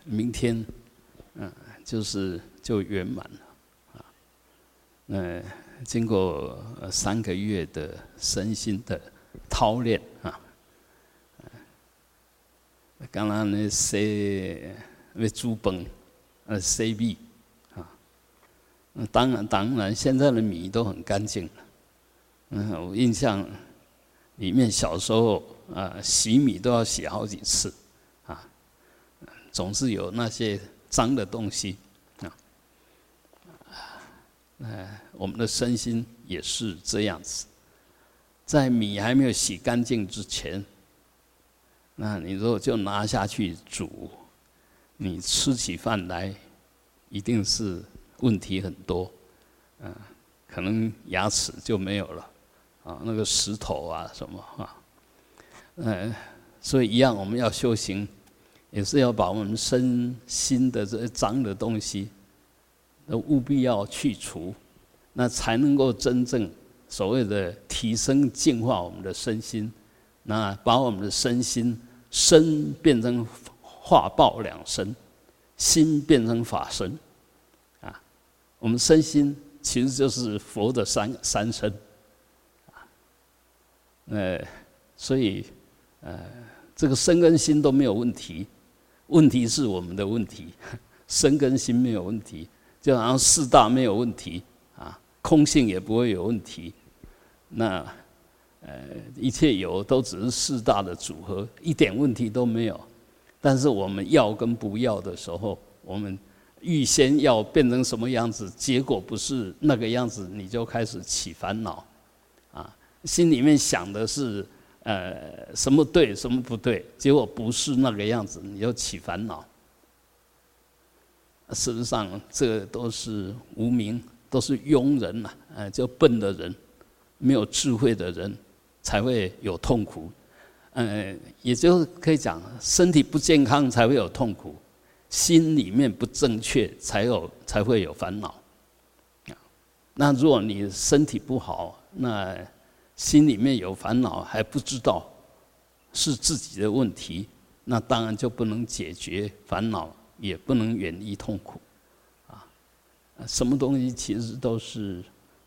明天，就圆满了啊。经过3个月的身心的操练啊，刚刚呢洗要煮饭，洗米啊。当然，现在的米都很干净了。我印象里面小时候洗米都要洗好几次啊，总是有那些脏的东西啊。我们的身心也是这样子，在米还没有洗干净之前，那你如果就拿下去煮，你吃起饭来一定是问题很多，可能牙齿就没有了啊，那个石头啊什么啊，所以一样，我们要修行，也是要把我们身心的这些脏的东西，都务必要去除，那才能够真正所谓的提升净化我们的身心，那把我们的身心身变成化报两身，心变成法身啊。我们身心其实就是佛的三身啊。所以这个身跟心都没有问题，问题是我们的问题。身跟心没有问题，就好像四大没有问题啊，空性也不会有问题。那一切有都只是四大的组合，一点问题都没有。但是我们要跟不要的时候，我们预先要变成什么样子，结果不是那个样子，你就开始起烦恼啊。心里面想的是什么对什么不对，结果不是那个样子，你就起烦恼。事实上，这个都是无明，都是庸人呐，就笨的人，没有智慧的人才会有痛苦。也就是可以讲，身体不健康才会有痛苦，心里面不正确才会有烦恼。那如果你身体不好，那心里面有烦恼还不知道是自己的问题，那当然就不能解决烦恼，也不能远离痛苦啊。什么东西其实都是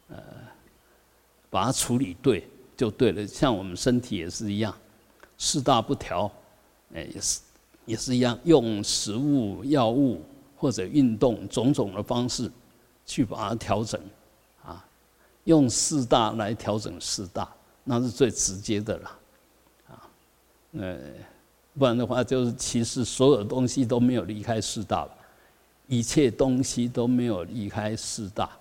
把它处理对就对了。像我们身体也是一样，四大不调，也是一样，用食物、药物或者运动种种的方式去把它调整啊。用四大来调整四大，那是最直接的了啊。不然的话，就是其实所有东西都没有离开四大，一切东西都没有离开四大。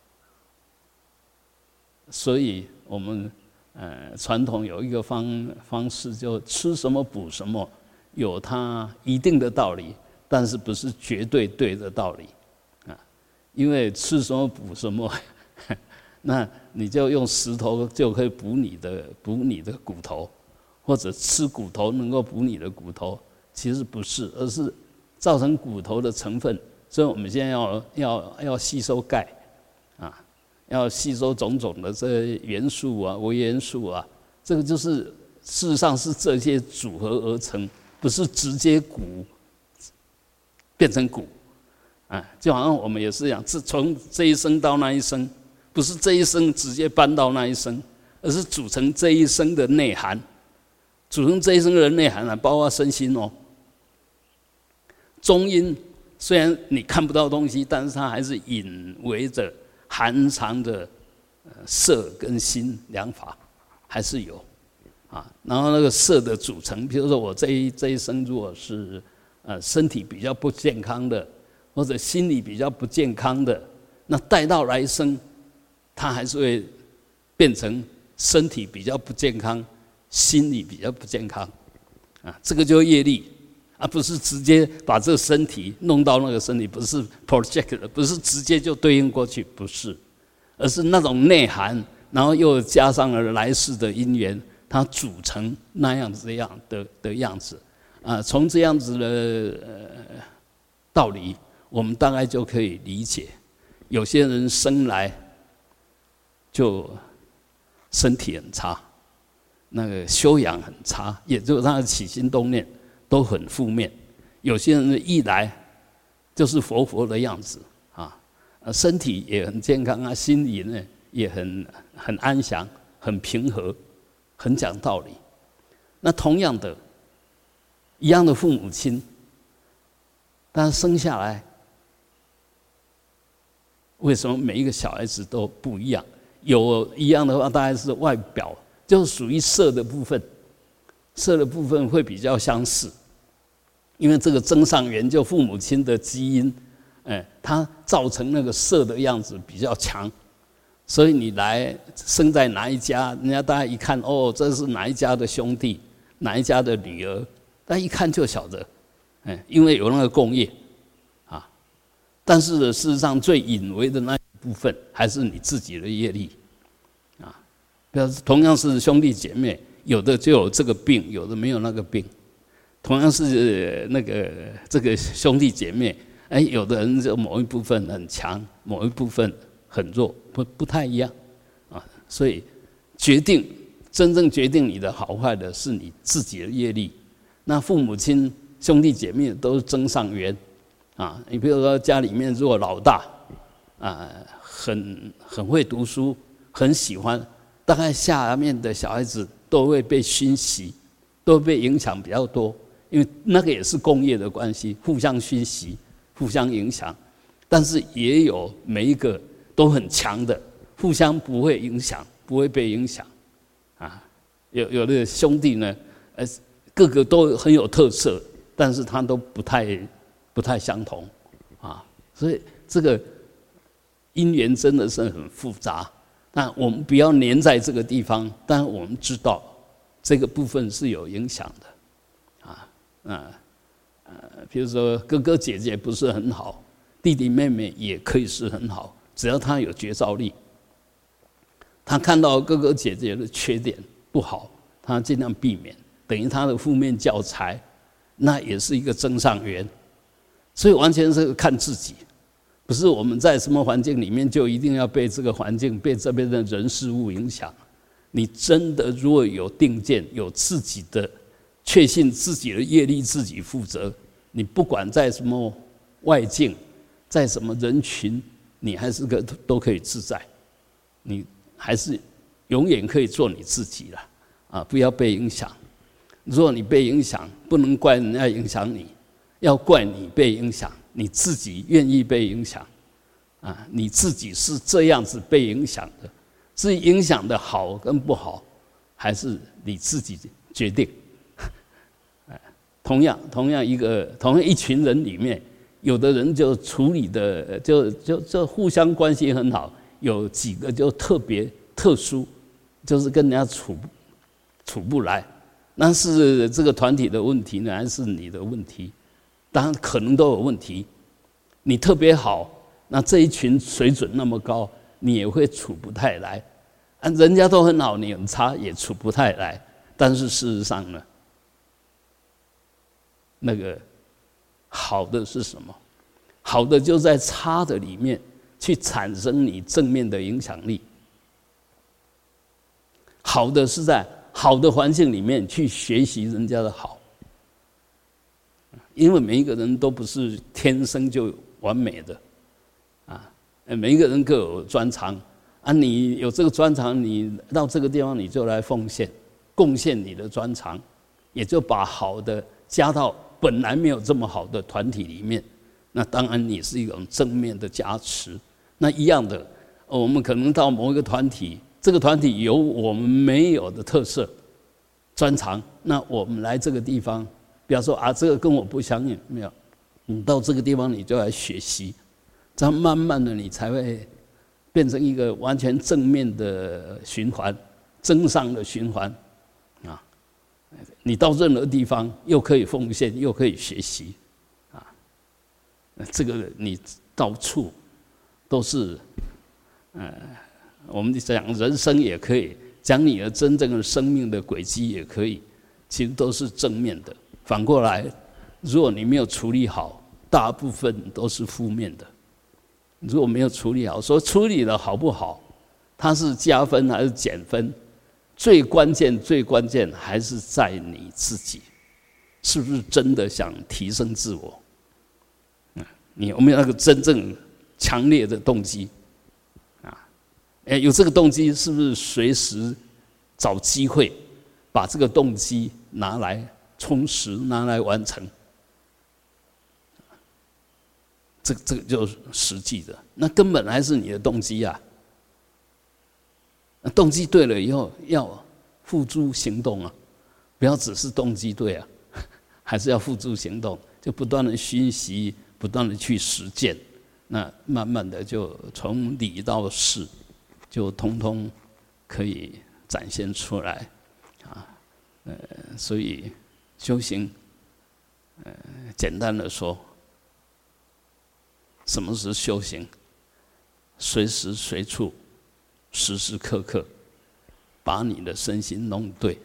所以我们传统有一个方式，就吃什么补什么，有它一定的道理，但是不是绝对对的道理啊。因为吃什么补什么，那你就用石头就可以补你的骨头，或者吃骨头能够补你的骨头，其实不是，而是造成骨头的成分。所以我们现在要吸收钙啊，要吸收种种的这些元素啊、微元素啊，这个就是事实上是这些组合而成，不是直接骨变成骨啊。就好像我们也是一样，从这一生到那一生，不是这一生直接搬到那一生，而是组成这一生的内涵。组成这一生的内涵啊，包括身心哦。中阴虽然你看不到东西，但是它还是隐围着、含藏着色跟心两法，还是有啊。然后那个色的组成，比如说我这一生如果是身体比较不健康的，或者心理比较不健康的，那带到来生，它还是会变成身体比较不健康，心理比较不健康啊。这个就是业力。不是直接把这个身体弄到那个身体，不是 project 的，不是直接就对应过去，不是，而是那种内涵，然后又加上了来世的因缘，它组成那样子的样子啊。从这样子的道理，我们大概就可以理解，有些人生来就身体很差，那个修养很差，也就是他的起心动念都很负面， 有些人一来就是佛佛的样子啊，身体也很健康啊，心里呢也很安详、很平和、很讲道理。那同样的，一样的父母亲，但生下来，为什么每一个小孩子都不一样？有一样的话，大概是外表就是属于色的部分，色的部分会比较相似，因为这个增上缘就父母亲的基因，它造成那个色的样子比较强，所以你来生在哪一家，人家大家一看，哦，这是哪一家的兄弟，哪一家的女儿，大家一看就晓得，因为有那个共业啊。但是呢，事实上最隐微的那一部分还是你自己的业力啊。比如同样是兄弟姐妹，有的就有这个病，有的没有那个病。同样是这个兄弟姐妹，有的人就某一部分很强，某一部分很弱，不太一样啊。所以真正决定你的好坏的是你自己的业力。那父母亲、兄弟姐妹都是增上缘啊。你比如说家里面如果老大啊，很会读书，很喜欢，大概下面的小孩子都会被熏习，都会被影响比较多，因为那个也是共业的关系，互相熏习，互相影响。但是也有每一个都很强的，互相不会影响，不会被影响啊。有的兄弟呢，个个都很有特色，但是他都不太相同啊。所以这个因缘真的是很复杂。那我们不要黏在这个地方，但我们知道这个部分是有影响的啊。比如说哥哥姐姐不是很好，弟弟妹妹也可以是很好，只要他有觉照力，他看到哥哥姐姐的缺点不好，他尽量避免，等于他的负面教材，那也是一个增上缘。所以完全是看自己，不是我们在什么环境里面就一定要被这个环境、被这边的人事物影响。你真的如果有定见，有自己的确信，自己的业力自己负责，你不管在什么外境，在什么人群，你还是都可以自在，你还是永远可以做你自己了啊！不要被影响。如果你被影响，不能怪人家影响你，要怪你被影响，你自己愿意被影响啊！你自己是这样子被影响的，至于影响的好跟不好，还是你自己决定。同样一群人里面，有的人就处理的就互相关系很好，有几个就特别特殊，就是跟人家处不来。那是这个团体的问题呢，还是你的问题？当然可能都有问题。你特别好，那这一群水准那么高，你也会处不太来。人家都很好，你很差，也处不太来。但是事实上呢，那个好的是什么？好的就在差的里面去产生你正面的影响力。好的是在好的环境里面去学习人家的好，因为每一个人都不是天生就完美的啊，每一个人各有专长啊。你有这个专长，你到这个地方你就来奉献，贡献你的专长，也就把好的加到本来没有这么好的团体里面。那当然你是一种正面的加持。那一样的，我们可能到某一个团体，这个团体有我们没有的特色、专长，那我们来这个地方，不要说啊，这个跟我不相应，没有，你到这个地方你就来学习，这样慢慢的你才会变成一个完全正面的循环，增上的循环啊！你到任何地方又可以奉献，又可以学习啊！这个你到处都是，我们讲人生也可以，讲你的真正的生命的轨迹也可以，其实都是正面的。反过来，如果你没有处理好，大部分都是负面的。如果没有处理好，说处理的好不好，它是加分还是减分？最关键还是在你自己。 是不是真的想提升自我？你有没有那个真正强烈的动机？有这个动机，是不是随时找机会把这个动机拿来充实，拿来完成？这个就是实际的，那根本还是你的动机啊。动机对了以后，要付诸行动啊，不要只是动机对啊，还是要付诸行动，就不断的熏习，不断的去实践，那慢慢的就从理到事，就通通可以展现出来啊。所以修行，简单的说，什么是修行？随时随处，时时刻刻，把你的身心弄对。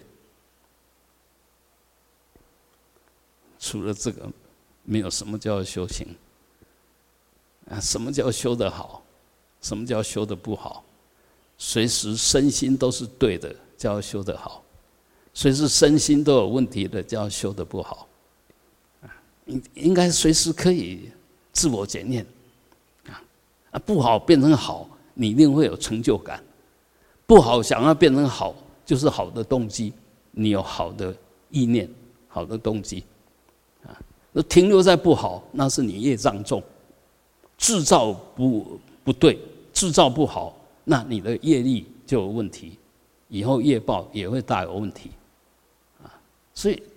除了这个，没有什么叫修行。什么叫修得好？什么叫修得不好？随时身心都是对的，叫修得好；随时身心都有问题的，叫修得不好。应该随时可以自我检验。不好变成好，你一定会有成就感。不好想要变成好，就是好的动机，你有好的意念、好的动机。那停留在不好，那是你业障重，制造不对，制造不好，那你的业力就有问题，以后业报也会大有问题。所以，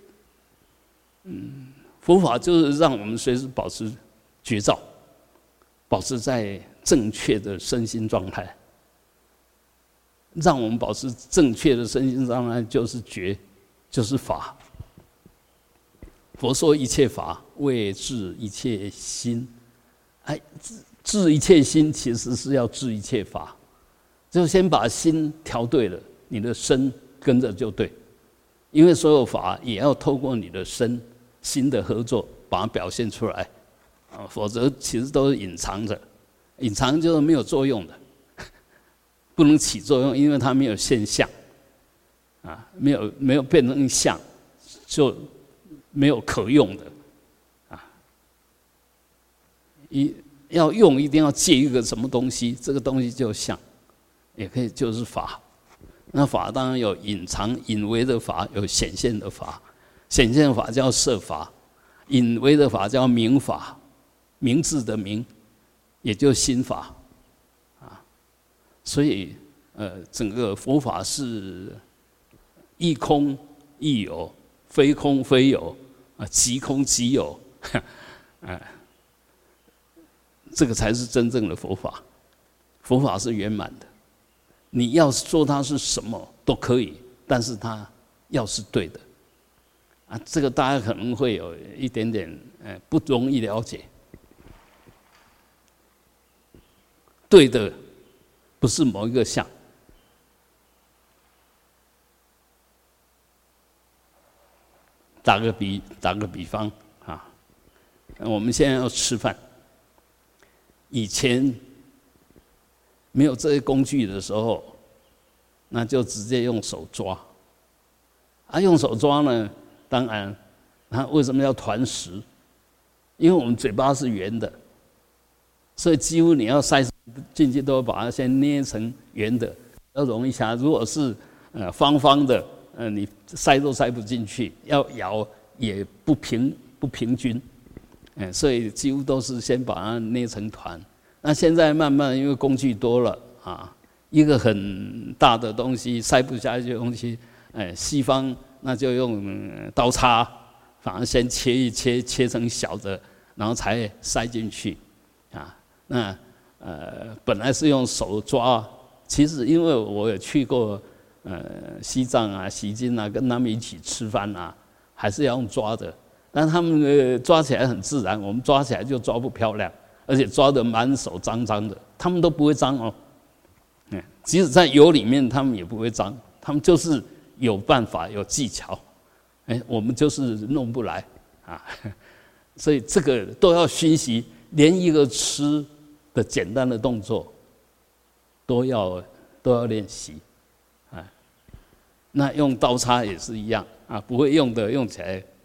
佛法就是让我们随时保持觉照，保持在正确的身心状态。让我们保持正确的身心状态，就是觉，就是法。佛说一切法为治一切心，治一切心其实是要治一切法，就先把心调对了，你的身跟着就对。因为所有法也要透过你的身心的合作把它表现出来，否则其实都是隐藏着，隐藏就是没有作用的，不能起作用，因为它没有现象，没有变成相，就没有可用的，要用一定要借一个什么东西，这个东西就相，也可以就是法。那法当然有隐藏、隐微的法，有显现的法。显现的法叫色法，隐微的法叫明法，明字的明，也就是心法。所以整个佛法是亦空亦有，非空非有，即空即有，这个才是真正的佛法。佛法是圆满的，你要说它是什么都可以，但是它要是对的，这个大家可能会有一点点不容易了解。对的不是某一个相。打个比方啊，我们现在要吃饭，以前没有这些工具的时候，那就直接用手抓。用手抓呢，当然，为什么要团食？因为我们嘴巴是圆的，所以几乎你要塞进去都要把它先捏成圆的，要容易下。如果是方方的，你塞都塞不进去，要摇也不平均，所以几乎都是先把它捏成团。那现在慢慢因为工具多了一个很大的东西塞不下去的东西，西方那就用刀叉，反正先切一切，切成小的，然后才塞进去那本来是用手抓，其实因为我有去过西藏西京跟他们一起吃饭还是要用抓的，但他们抓起来很自然，我们抓起来就抓不漂亮，而且抓得满手脏脏的，他们都不会脏哦。即使在油里面，他们也不会脏，他们就是有办法、有技巧。我们就是弄不来所以这个都要熏习，连一个吃的简单的动作都要练习。那用刀叉也是一样不会用的用起来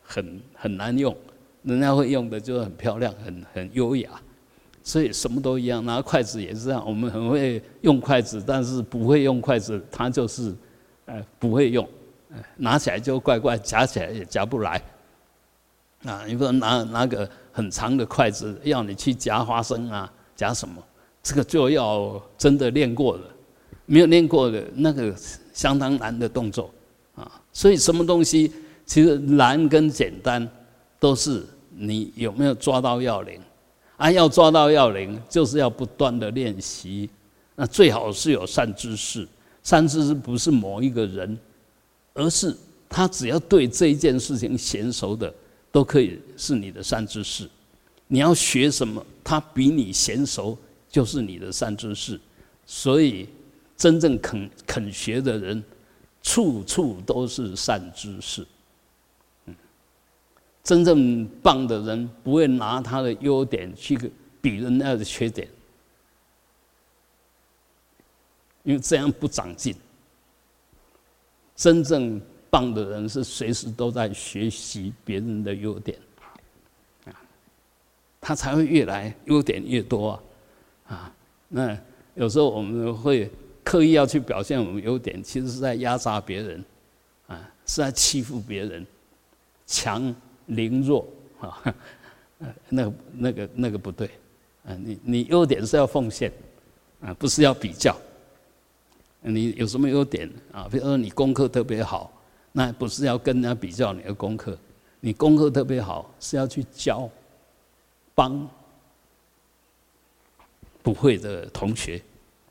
很难用，人家会用的就是很漂亮、很优雅。所以什么都一样，拿筷子也是这样。我们很会用筷子，但是不会用筷子，它就是不会用，拿起来就怪怪，夹起来也夹不来。你不能拿个很长的筷子，要你去夹花生啊，夹什么？这个就要真的练过了，没有练过的那个相当难的动作啊。所以什么东西其实难跟简单都是你有没有抓到要领。要抓到要领，就是要不断的练习。那最好是有善知识，善知识不是某一个人，而是他只要对这一件事情娴熟的，都可以是你的善知识。你要学什么，他比你娴熟，就是你的善知识。所以，真正肯学的人，处处都是善知识。真正棒的人不会拿他的优点去比人家的缺点，因为这样不长进。真正棒的人是随时都在学习别人的优点，他才会越来优点越多啊。那有时候我们会刻意要去表现我们优点，其实是在压榨别人，是在欺负别人，强凌弱啊，那个不对啊！你优点是要奉献啊，不是要比较。你有什么优点啊？比如说你功课特别好，那不是要跟人家比较你的功课，你功课特别好是要去教、帮不会的同学，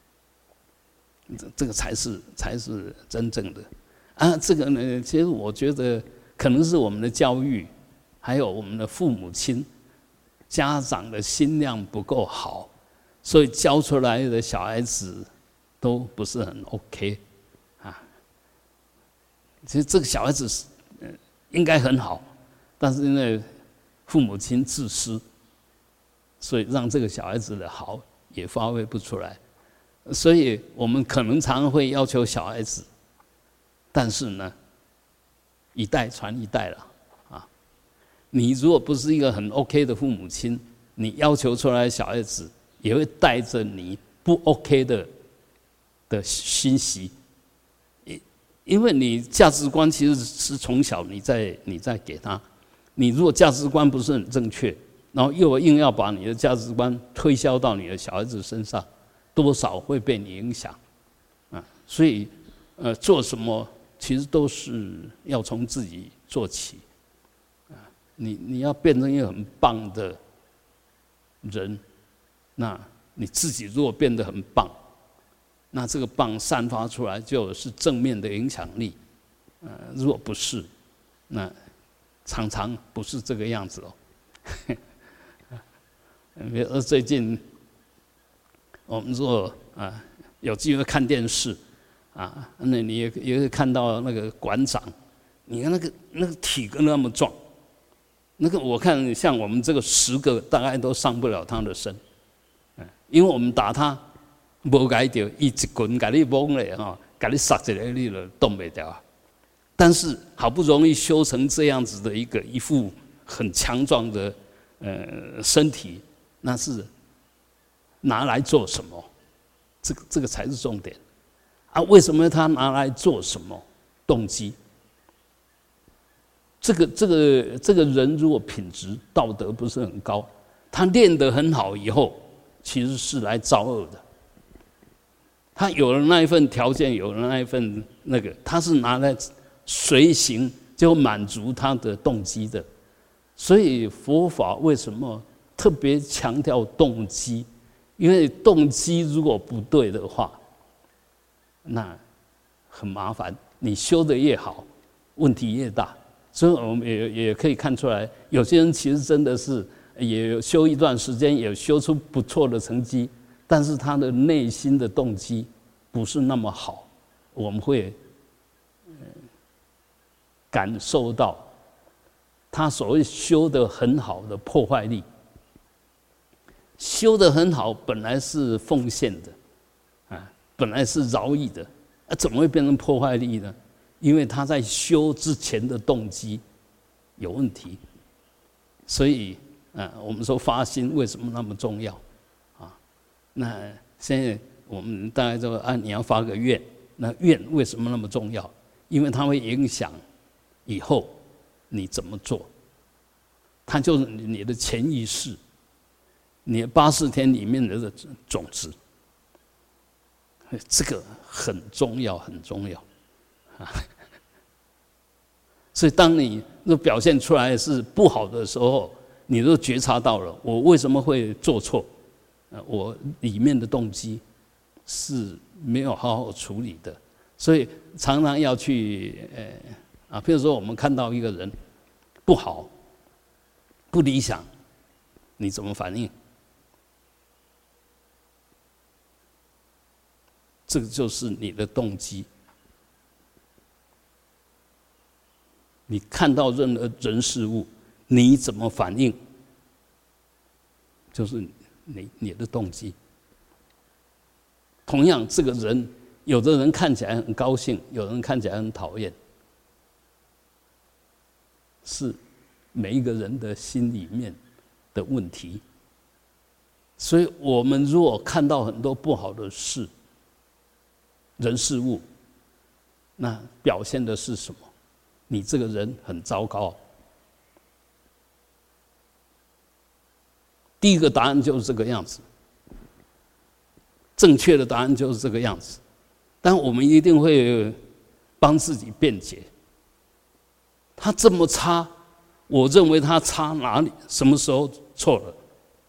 这个才是真正的啊！这个呢，其实我觉得可能是我们的教育。还有我们的父母亲、家长的心量不够好，所以教出来的小孩子都不是很 OK 啊。其实这个小孩子应该很好，但是因为父母亲自私，所以让这个小孩子的好也发挥不出来。所以我们可能常会要求小孩子，但是呢，一代传一代了。你如果不是一个很 OK 的父母亲，你要求出来的小孩子也会带着你不 OK 的信息，因为你价值观其实是从小你在给他，你如果价值观不是很正确，然后又硬要把你的价值观推销到你的小孩子身上，多少会被你影响啊。所以做什么其实都是要从自己做起。你要变成一个很棒的人，那你自己如果变得很棒，那这个棒散发出来就是正面的影响力。如果不是，那常常不是这个样子哦。比如说最近我们如果有机会看电视那你也会看到那个馆长，你看那个体格那么壮。那个我看像我们这个10个大概都上不了他的身，因为我们打他无解掉，伊一棍给你懵了给你杀起来你就动不掉。但是好不容易修成这样子的一副很强壮的身体，那是拿来做什么？这个才是重点为什么他拿来做什么？动机？这个人如果品质道德不是很高，他练得很好以后，其实是来造恶的。他有了那一份条件，有了那一份他是拿来随行就满足他的动机的。所以佛法为什么特别强调动机？因为动机如果不对的话，那很麻烦。你修得越好，问题越大。所以我们也可以看出来，有些人其实真的是也修一段时间，也修出不错的成绩，但是他的内心的动机不是那么好，我们会感受到他所谓修得很好的破坏力。修得很好，本来是奉献的，本来是饶益的，怎么会变成破坏力呢？因为他在修之前的动机有问题。所以我们说发心为什么那么重要啊？那现在我们大概说你要发个愿，那愿为什么那么重要？因为它会影响以后你怎么做，它就是你的潜意识，你的84天里面的种子，这个很重要，很重要啊。所以当你表现出来是不好的时候，你都觉察到了，我为什么会做错？我里面的动机是没有好好处理的，所以常常要去譬如说我们看到一个人不好、不理想，你怎么反应？这个就是你的动机。你看到任何人事物，你怎么反应，就是你的动机。同样，这个人，有的人看起来很高兴，有的人看起来很讨厌，是每一个人的心里面的问题。所以我们如果看到很多不好的事、人事物，那表现的是什么？你这个人很糟糕。第一个答案就是这个样子，正确的答案就是这个样子，但我们一定会帮自己辩解。他这么差，我认为他差哪里？什么时候错了？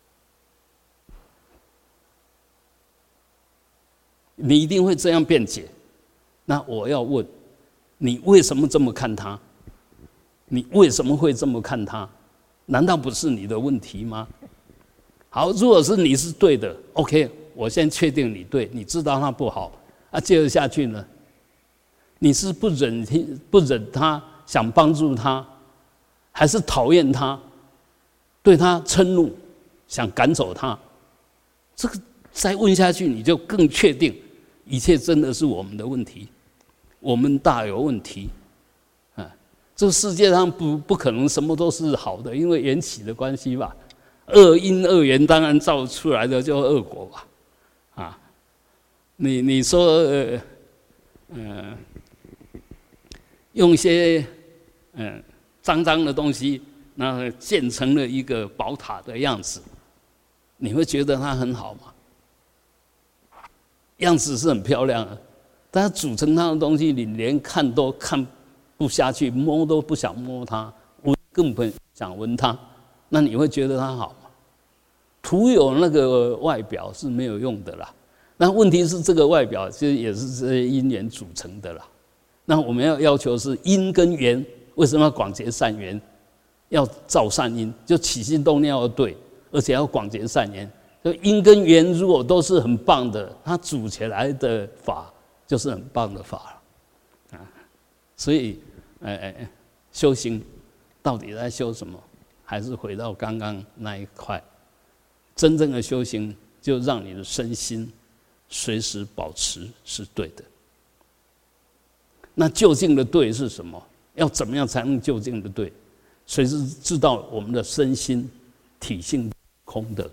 你一定会这样辩解。那我要问，你为什么这么看他？你为什么会这么看他？难道不是你的问题吗？好，如果是你是对的 ，OK， 我先确定你对，你知道他不好，接着下去呢？你是不忍他，想帮助他，还是讨厌他，对他嗔怒，想赶走他？这个再问下去，你就更确定一切真的是我们的问题，我们大有问题。这个世界上不可能什么都是好的，因为缘起的关系吧。恶因恶缘当然造出来的就恶果吧。你说用一些脏脏的东西，那建成了一个宝塔的样子，你会觉得它很好吗？样子是很漂亮的，但是组成它的东西，你连看都看不下去，摸都不想摸它，闻根本想闻它，那你会觉得它好吗？徒有那个外表是没有用的啦。那问题是这个外表其实也是这些因缘组成的啦。那我们要求是因跟缘，为什么要广结善缘？要造善因，就起心动念要对，而且要广结善缘。就因跟缘如果都是很棒的，它组起来的法就是很棒的法了。所以修行到底在修什么？还是回到刚刚那一块，真正的修行就让你的身心随时保持是对的。那究竟的对是什么？要怎么样才能究竟的对？随时知道我们的身心体性空的，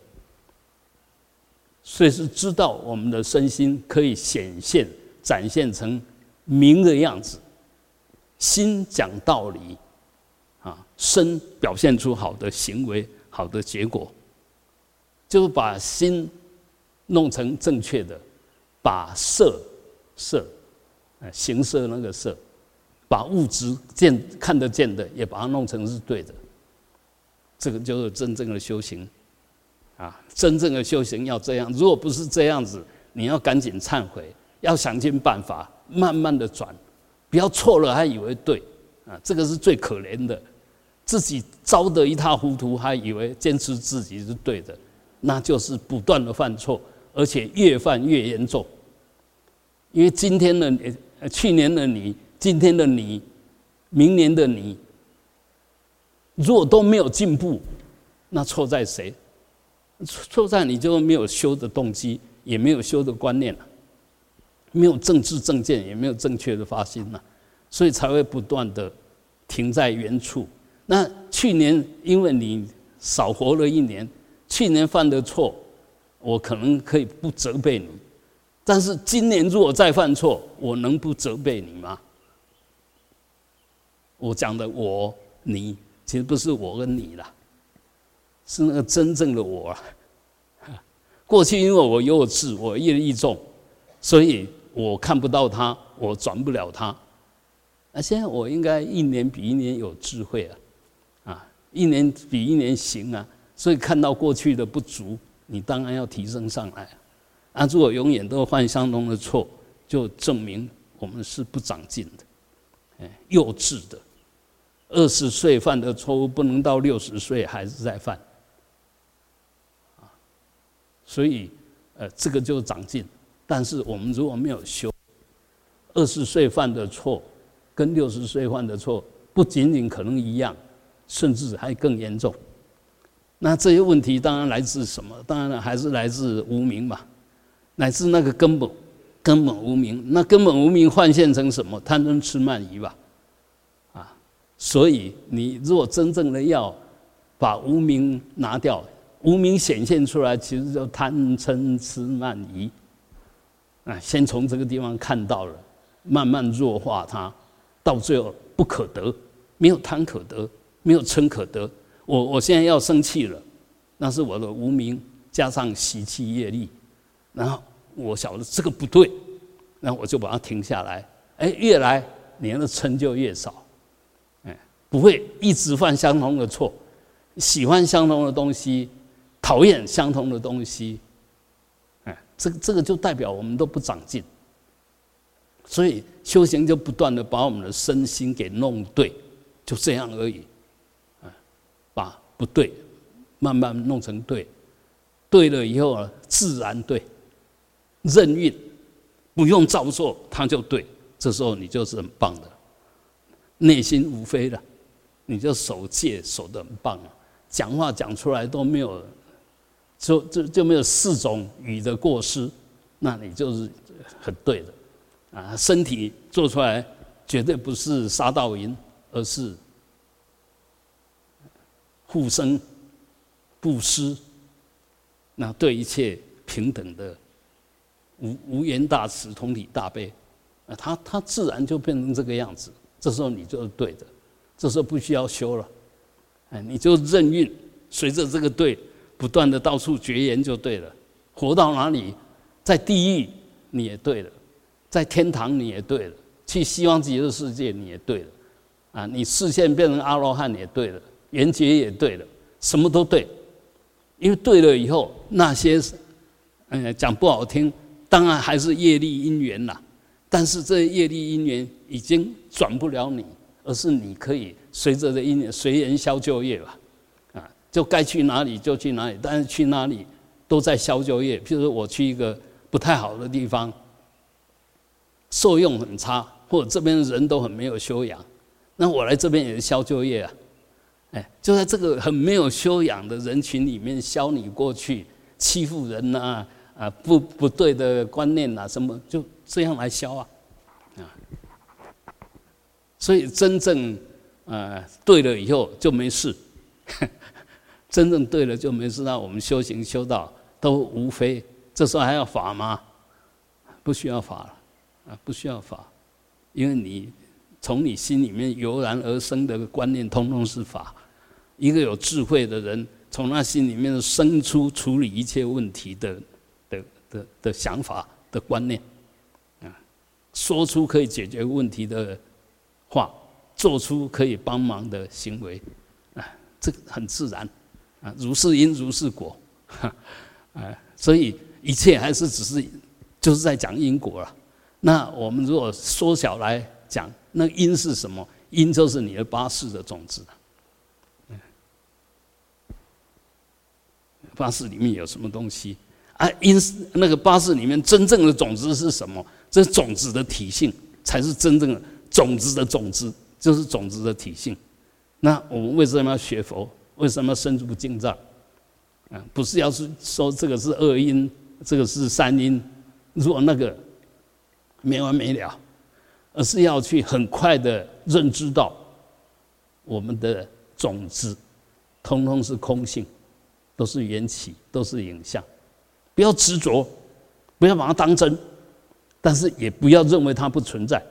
随时知道我们的身心可以展现成明的样子，心讲道理，身表现出好的行为、好的结果，就是把心弄成正确的，把色形色那个色，把物质看得见的也把它弄成是对的，这个就是真正的修行。真正的修行要这样，如果不是这样子，你要赶紧忏悔，要想尽办法，慢慢的转，不要错了还以为对，这个是最可怜的。自己糟得一塌糊涂，还以为坚持自己是对的，那就是不断的犯错，而且越犯越严重。因为今天的你、去年的你、今天的你、明年的你，如果都没有进步，那错在谁？错在你就没有修的动机，也没有修的观念了，没有正知正见，也没有正确的发心了，所以才会不断的停在原处。 那去年因为你少活了一年，去年犯的错，我可能可以不责备你，但是今年如果再犯错，我能不责备你吗？我讲的我你，其实不是我跟你啦，是那个真正的我啊。过去因为我幼稚，我业力重，所以我看不到他，我转不了他。现在我应该一年比一年有智慧啊，一年比一年行啊，所以看到过去的不足，你当然要提升上来啊。如果永远都犯相同的错，就证明我们是不长进的，幼稚的。20岁犯的错误，不能到60岁还是在犯。所以，这个就是长进。但是我们如果没有修，20岁犯的错跟60岁犯的错，不仅仅可能一样，甚至还更严重。那这些问题当然来自什么？当然还是来自无明嘛，乃至那个根本无明。那根本无明幻现成什么？贪嗔痴慢疑吧。所以你如果真正的要把无明拿掉，无明显现出来，其实就贪嗔痴慢疑。先从这个地方看到了，慢慢弱化它，到最后不可得，没有贪可得，没有嗔可得。我现在要生气了，那是我的无明加上习气业力，然后我晓得这个不对，那我就把它停下来。越来你的嗔就越少，不会一直犯相同的错，喜欢相同的东西，讨厌相同的东西，这个就代表我们都不长进。所以修行就不断的把我们的身心给弄对，就这样而已。把不对慢慢弄成对，对了以后自然对，任运，不用照做它就对。这时候你就是很棒的，内心无非了，你就守戒守得很棒了，讲话讲出来都没有，就没有4种语的过失，那你就是很对的。身体做出来绝对不是杀盗淫，而是护生、布施，那对一切平等的无缘大慈、同体大悲，它自然就变成这个样子。这时候你就是对的，这时候不需要修了，你就任运，随着这个对，不断的到处绝缘就对了。活到哪里，在地狱你也对了，在天堂你也对了，去西方极乐世界你也对了，你视线变成阿罗汉也对了。缘觉也对了，什么都对，因为对了以后，那些讲不好听，当然还是业力因缘啦。但是这业力因缘已经转不了你，而是你可以随着这因缘随缘消旧业吧。就该去哪里就去哪里，但是去哪里都在消旧业。譬如说我去一个不太好的地方，受用很差，或者这边的人都很没有修养，那我来这边也是消旧业啊。就在这个很没有修养的人群里面消你过去欺负人不对的观念什么就这样来消啊。所以真正对了以后就没事，真正对了就没事。那我们修行修到都无非，这时候还要法吗？不需要法了，不需要法，因为你从你心里面油然而生的观念，通通是法。一个有智慧的人，从他心里面生出处理一切问题的想法的观念，说出可以解决问题的话，做出可以帮忙的行为，这个很自然，如是因如是果，所以一切还是就是在讲因果了。那我们如果缩小来讲，那因是什么？因就是你的八识的种子。八识里面有什么东西？因那个八识里面真正的种子是什么？这种子的体性才是真正的种子的种子，就是种子的体性。那我们为什么要学佛？为什么要深入经藏？不是要说这个是二因，这个是三因，如果那个没完没了，而是要去很快的认知到我们的种子，通通是空性，都是缘起，都是影像。不要执着，不要把它当真，但是也不要认为它不存在。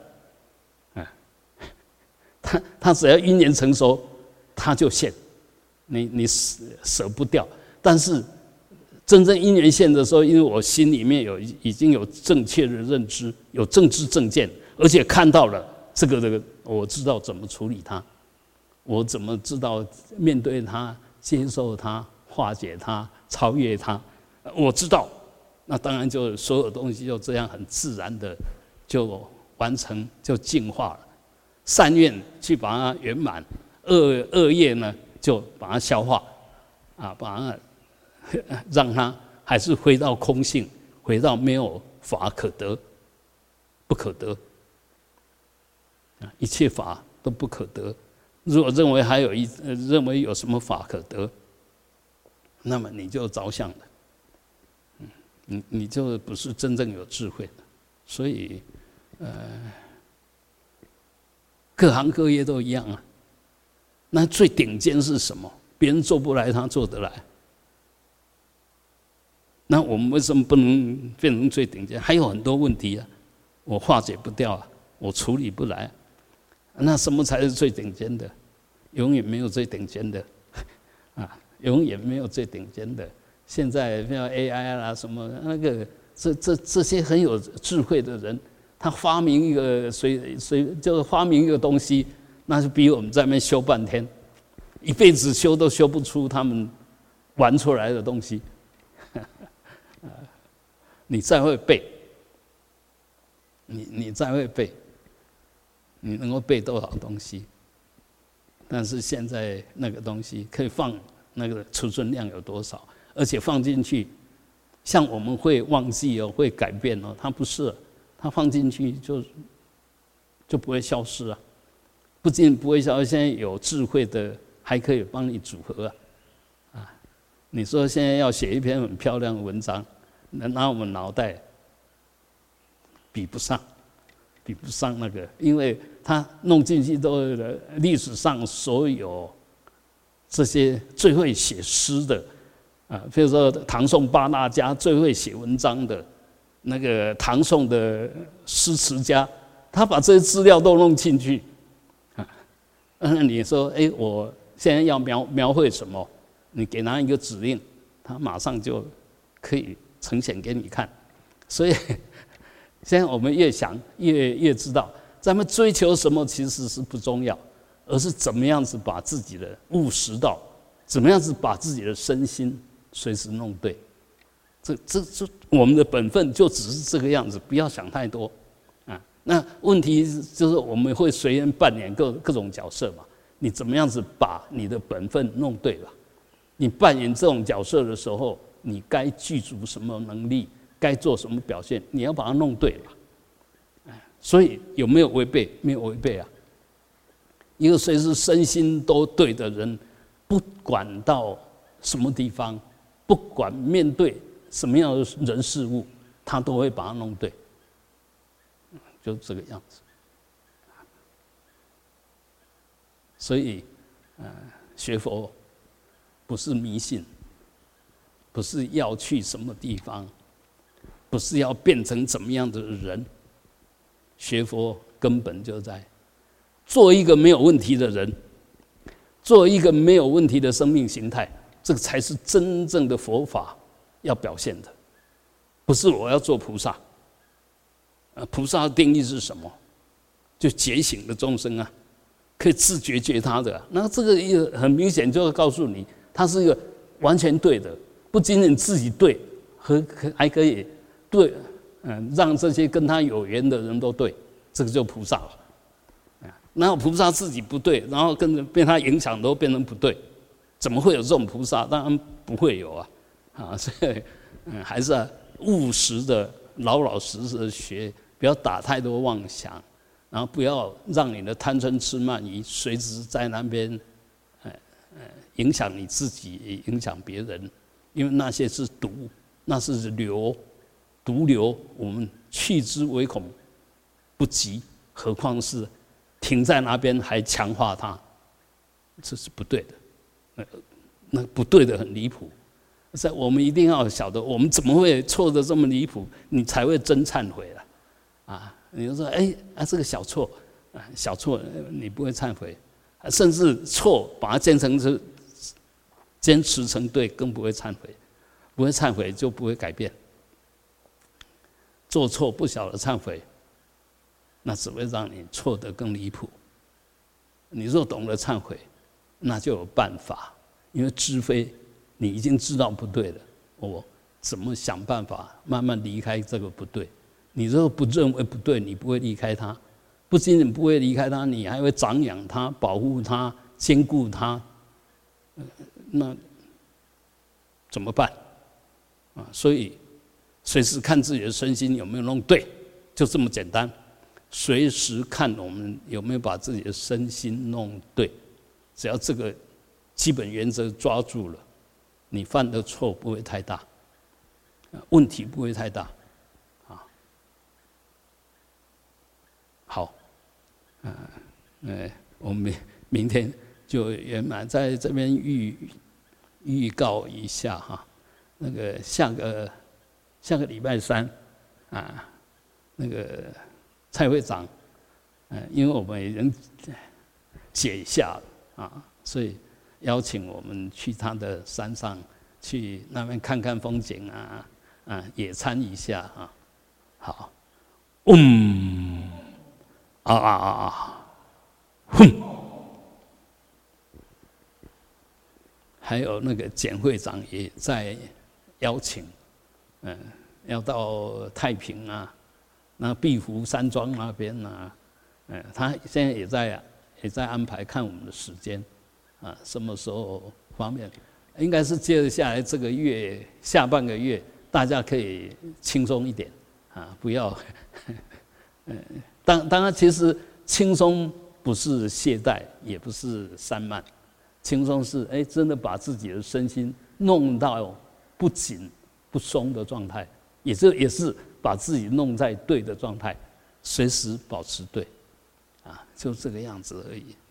它只要因缘成熟，它就现，你舍不掉。但是真正因缘现的时候，因为我心里面已经有正确的认知，有正知正见，而且看到了这个，我知道怎么处理它，我怎么知道面对它、接受它、化解它、超越它，我知道，那当然就所有东西就这样很自然的就完成，就净化了。善愿去把它圆满，恶业呢就把它消化，把它让它还是回到空性，回到没有法可得，不可得，一切法都不可得。如果认为认为有什么法可得，那么你就着相了，你就不是真正有智慧的。所以，各行各业都一样啊。那最顶尖是什么？别人做不来，他做得来。那我们为什么不能变成最顶尖？还有很多问题啊，我化解不掉啊，我处理不来。那什么才是最顶尖的？永远没有最顶尖的，永远没有最顶尖的。现在像 AI 啦什么那个，这些很有智慧的人，他发明一个就发明一个东西，那就比我们在那边修半天，一辈子修都修不出他们玩出来的东西。你再会背，你再会背，你能够背多少东西？但是现在那个东西可以放那个储存量有多少？而且放进去，像我们会忘记哦，会改变哦，它不是，它放进去就不会消失啊。不仅不会消失，现在有智慧的还可以帮你组合啊。你说现在要写一篇很漂亮的文章，拿我们脑袋比不上那个，因为他弄进去都是历史上所有这些最会写诗的比如说唐宋八大家最会写文章的那个唐宋的诗词家，他把这些资料都弄进去那你说我现在要描绘什么？你给他一个指令，他马上就可以呈现给你看。所以现在我们越想越知道，咱们追求什么其实是不重要，而是怎么样子把自己的务实到，怎么样子把自己的身心随时弄对。这我们的本分就只是这个样子，不要想太多那问题就是我们会随缘扮演各种角色嘛，你怎么样子把你的本分弄对了？你扮演这种角色的时候，你该具足什么能力，该做什么表现，你要把它弄对了。所以有没有违背？没有违背啊。一个随时身心都对的人，不管到什么地方，不管面对什么样的人事物，他都会把它弄对。就这个样子。所以学佛不是迷信，不是要去什么地方，不是要变成怎么样的人。学佛根本就在做一个没有问题的人，做一个没有问题的生命形态，这个才是真正的佛法要表现的。不是我要做菩萨，菩萨的定义是什么？就觉醒的众生啊，可以自觉觉他的那这个很明显就会告诉你，他是一个完全对的，不仅仅自己对，还可以对，让这些跟他有缘的人都对，这个就菩萨了。然后菩萨自己不对，然后被他影响都变成不对，怎么会有这种菩萨？当然不会有所以还是务实的、老实的学，不要打太多妄想，然后不要让你的贪嗔痴慢疑随时在那边影响你自己，影响别人，因为那些是毒，那是毒瘤，我们去之唯恐不及，何况是停在那边还强化它， 这是不对的，那不对的很离谱。所以我们一定要晓得，我们怎么会错的这么离谱，你才会真忏悔了啊！你就说，这个小错，小错你不会忏悔，甚至错把它坚持成对，更不会忏悔，不会忏悔就不会改变。做错不晓得忏悔，那只会让你错得更离谱。你若懂得忏悔，那就有办法，因为知非，你已经知道不对了，我怎么想办法慢慢离开这个不对？你若不认为不对，你不会离开它，不仅仅不会离开它，你还会长养它、保护它、兼顾它。那怎么办？所以随时看自己的身心有没有弄对，就这么简单。随时看我们有没有把自己的身心弄对，只要这个基本原则抓住了，你犯的错不会太大，问题不会太大，好，我们明天就圆满，在这边预告一下哈，那个下个礼拜3啊，那个蔡会长，因为我们已经解下了啊，所以邀请我们去他的山上，去那边看看风景野餐一下啊。好，还有那个简会长也在邀请，要到太平那碧湖山庄那边他现在也在安排看我们的时间什么时候方便，应该是接着下来这个月下半个月，大家可以轻松一点不要当然，其实轻松不是懈怠，也不是散漫，轻松是真的把自己的身心弄到不紧不松的状态，也是把自己弄在对的状态，随时保持对就这个样子而已。